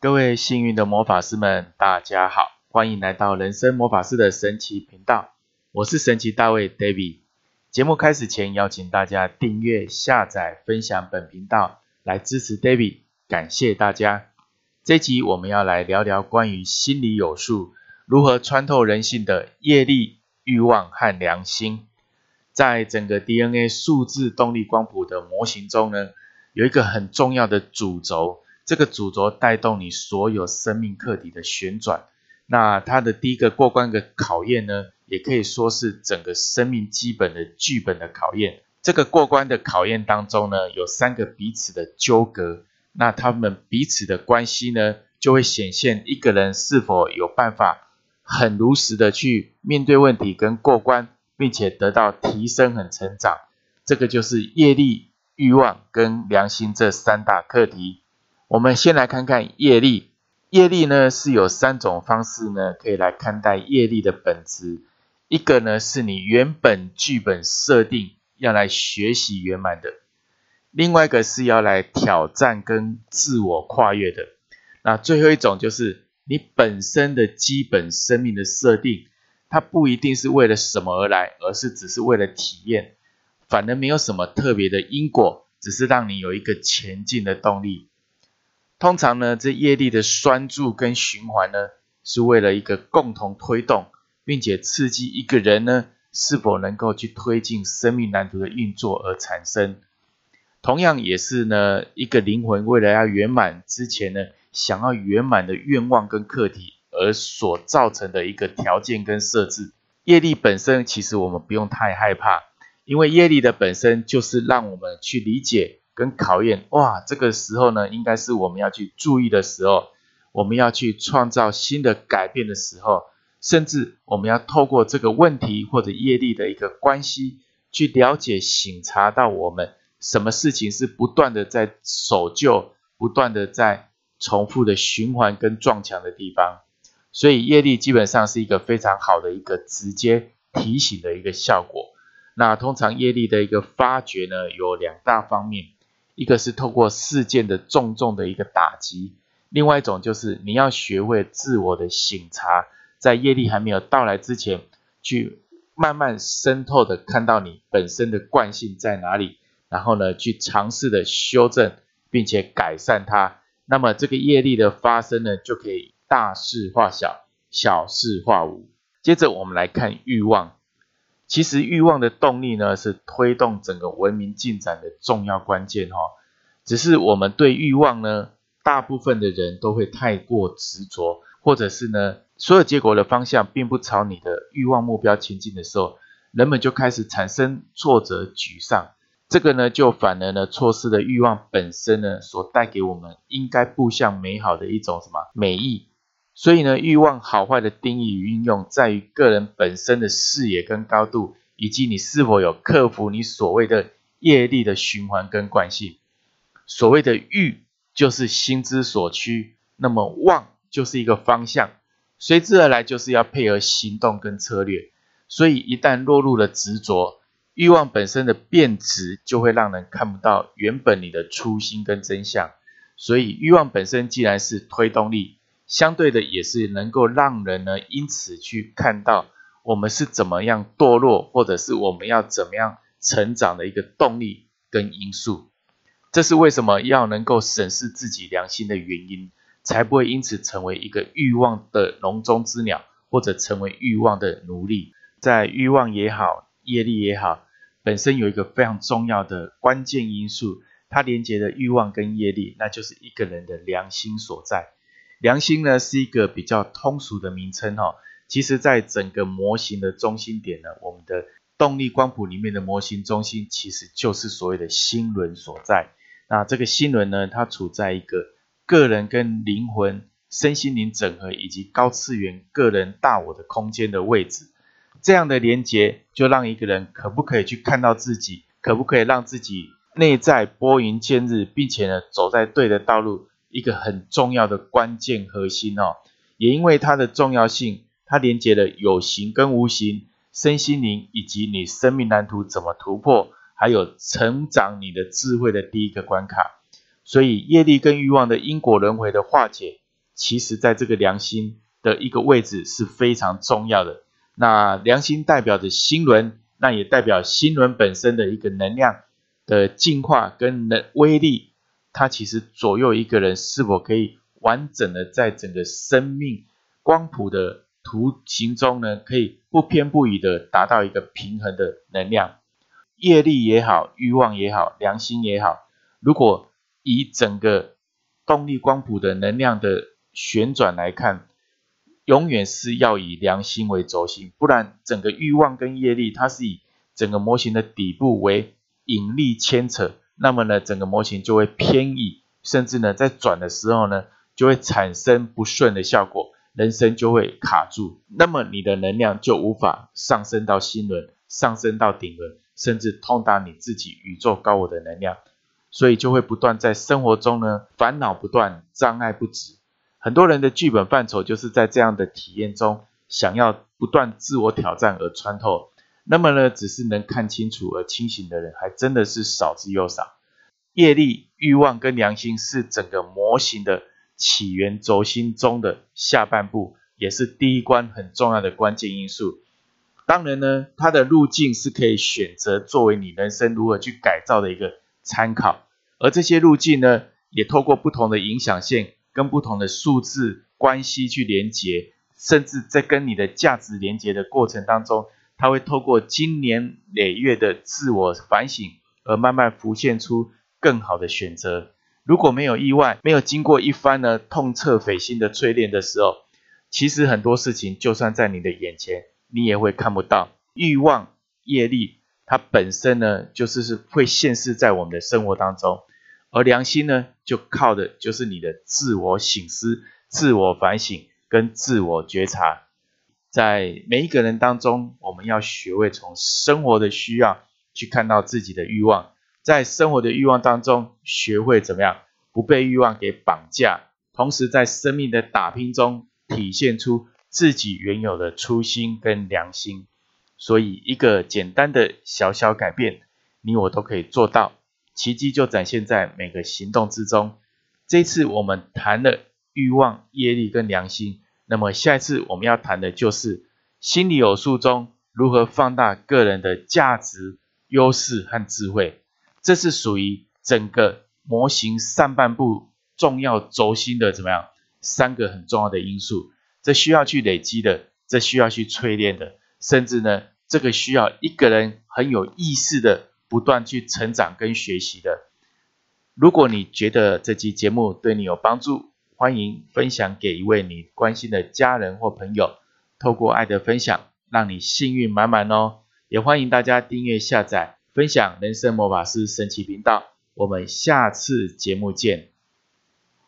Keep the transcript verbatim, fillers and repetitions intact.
各位幸运的魔法师们，大家好，欢迎来到人生魔法师的神奇频道，我是神奇大卫 David。节目开始前，邀请大家订阅、下载、分享本频道，来支持 David， 感谢大家。这集我们要来聊聊关于心理有数，如何穿透人性的业力、欲望和良心。在整个 D N A 数字动力光谱的模型中呢，有一个很重要的主轴，这个主轴带动你所有生命课题的旋转。那它的第一个过关的考验呢，也可以说是整个生命基本的剧本的考验。这个过关的考验当中呢，有三个彼此的纠葛，那他们彼此的关系呢，就会显现一个人是否有办法很如实的去面对问题跟过关，并且得到提升和成长。这个就是业力、欲望跟良心这三大课题。我们先来看看业力。业力呢，是有三种方式呢，可以来看待业力的本质。一个呢，是你原本剧本设定要来学习圆满的；另外一个是要来挑战跟自我跨越的。那最后一种就是你本身的基本生命的设定，它不一定是为了什么而来，而是只是为了体验，反而没有什么特别的因果，只是让你有一个前进的动力。通常呢，这业力的拴住跟循环呢，是为了一个共同推动，并且刺激一个人呢，是否能够去推进生命蓝图的运作而产生。同样也是呢，一个灵魂为了要圆满之前呢，想要圆满的愿望跟课题而所造成的一个条件跟设置。业力本身其实我们不用太害怕，因为业力的本身就是让我们去理解跟考验，哇，这个时候呢，应该是我们要去注意的时候，我们要去创造新的改变的时候，甚至我们要透过这个问题或者业力的一个关系，去了解省察到我们什么事情是不断的在守旧，不断的在重复的循环跟撞墙的地方。所以业力基本上是一个非常好的一个直接提醒的一个效果。那通常业力的一个发掘呢，有两大方面，一个是透过事件的重重的一个打击，另外一种就是你要学会自我的省察，在业力还没有到来之前，去慢慢渗透的看到你本身的惯性在哪里，然后呢，去尝试的修正并且改善它。那么这个业力的发生呢，就可以大事化小，小事化无。接着我们来看欲望。其实欲望的动力呢，是推动整个文明进展的重要关键哦。只是我们对欲望呢，大部分的人都会太过执着，或者是呢，所有结果的方向并不朝你的欲望目标前进的时候，人们就开始产生挫折、沮丧。这个呢，就反而呢，错失了欲望本身呢，所带给我们应该步向美好的一种什么美意。所以呢，欲望好坏的定义与运用，在于个人本身的视野跟高度，以及你是否有克服你所谓的业力的循环跟惯性。所谓的欲，就是心之所趋，那么望就是一个方向，随之而来就是要配合行动跟策略。所以一旦落入了执着，欲望本身的变质，就会让人看不到原本你的初心跟真相。所以欲望本身既然是推动力，相对的也是能够让人呢，因此去看到我们是怎么样堕落，或者是我们要怎么样成长的一个动力跟因素。这是为什么要能够审视自己良心的原因，才不会因此成为一个欲望的笼中之鸟，或者成为欲望的奴隶。在欲望也好，业力也好，本身有一个非常重要的关键因素，它连接的欲望跟业力，那就是一个人的良心所在。良心呢，是一个比较通俗的名称哦。其实在整个模型的中心点呢，我们的动力光谱里面的模型中心其实就是所谓的心轮所在。那这个心轮呢，它处在一个个人跟灵魂、身心灵整合以及高次元个人大我的空间的位置。这样的连结就让一个人可不可以去看到自己，可不可以让自己内在拨云见日，并且呢走在对的道路，一个很重要的关键核心哦。也因为它的重要性，它连接了有形跟无形、身心灵以及你生命蓝图怎么突破，还有成长你的智慧的第一个关卡。所以业力跟欲望的因果轮回的化解， 其实在这个良心的一个位置是非常重要的。那良心代表着心轮，那也代表心轮本身的一个能量的进化跟能威力，它其实左右一个人是否可以完整的在整个生命光谱的图形中呢，可以不偏不倚的达到一个平衡的能量。业力也好，欲望也好，良心也好，如果以整个动力光谱的能量的旋转来看，永远是要以良心为轴心，不然整个欲望跟业力它是以整个模型的底部为引力牵扯，那么呢整个模型就会偏移，甚至呢在转的时候呢就会产生不顺的效果，人生就会卡住，那么你的能量就无法上升到心轮，上升到顶轮，甚至通达你自己宇宙高我的能量，所以就会不断在生活中呢烦恼不断，障碍不止。很多人的剧本范畴就是在这样的体验中想要不断自我挑战而穿透，那么呢只是能看清楚而清醒的人还真的是少之又少。业力、欲望跟良心是整个模型的起源轴心中的下半部，也是第一关很重要的关键因素。当然呢，它的路径是可以选择作为你人生如何去改造的一个参考，而这些路径呢，也透过不同的影响线跟不同的数字关系去连结，甚至在跟你的价值连结的过程当中，它会透过经年累月的自我反省而慢慢浮现出更好的选择。如果没有意外，没有经过一番呢痛彻匪心的淬炼的时候，其实很多事情就算在你的眼前，你也会看不到。欲望、业力，它本身呢，就是是会现世在我们的生活当中，而良心呢，就靠的就是你的自我省思、自我反省跟自我觉察。在每一个人当中，我们要学会从生活的需要去看到自己的欲望，在生活的欲望当中，学会怎么样不被欲望给绑架，同时在生命的打拼中体现出自己原有的初心跟良心。所以一个简单的小小改变，你我都可以做到，奇迹就展现在每个行动之中。这一次我们谈了欲望、业力跟良心，那么下一次我们要谈的就是心理偶数中如何放大个人的价值、优势和智慧。这是属于整个模型上半部重要轴心的怎么样三个很重要的因素，这需要去累积的，这需要去淬炼的，甚至呢这个需要一个人很有意识的不断去成长跟学习的。如果你觉得这期节目对你有帮助，欢迎分享给一位你关心的家人或朋友，透过爱的分享让你幸运满满哦。也欢迎大家订阅下载分享人生魔法师神奇频道，我们下次节目见。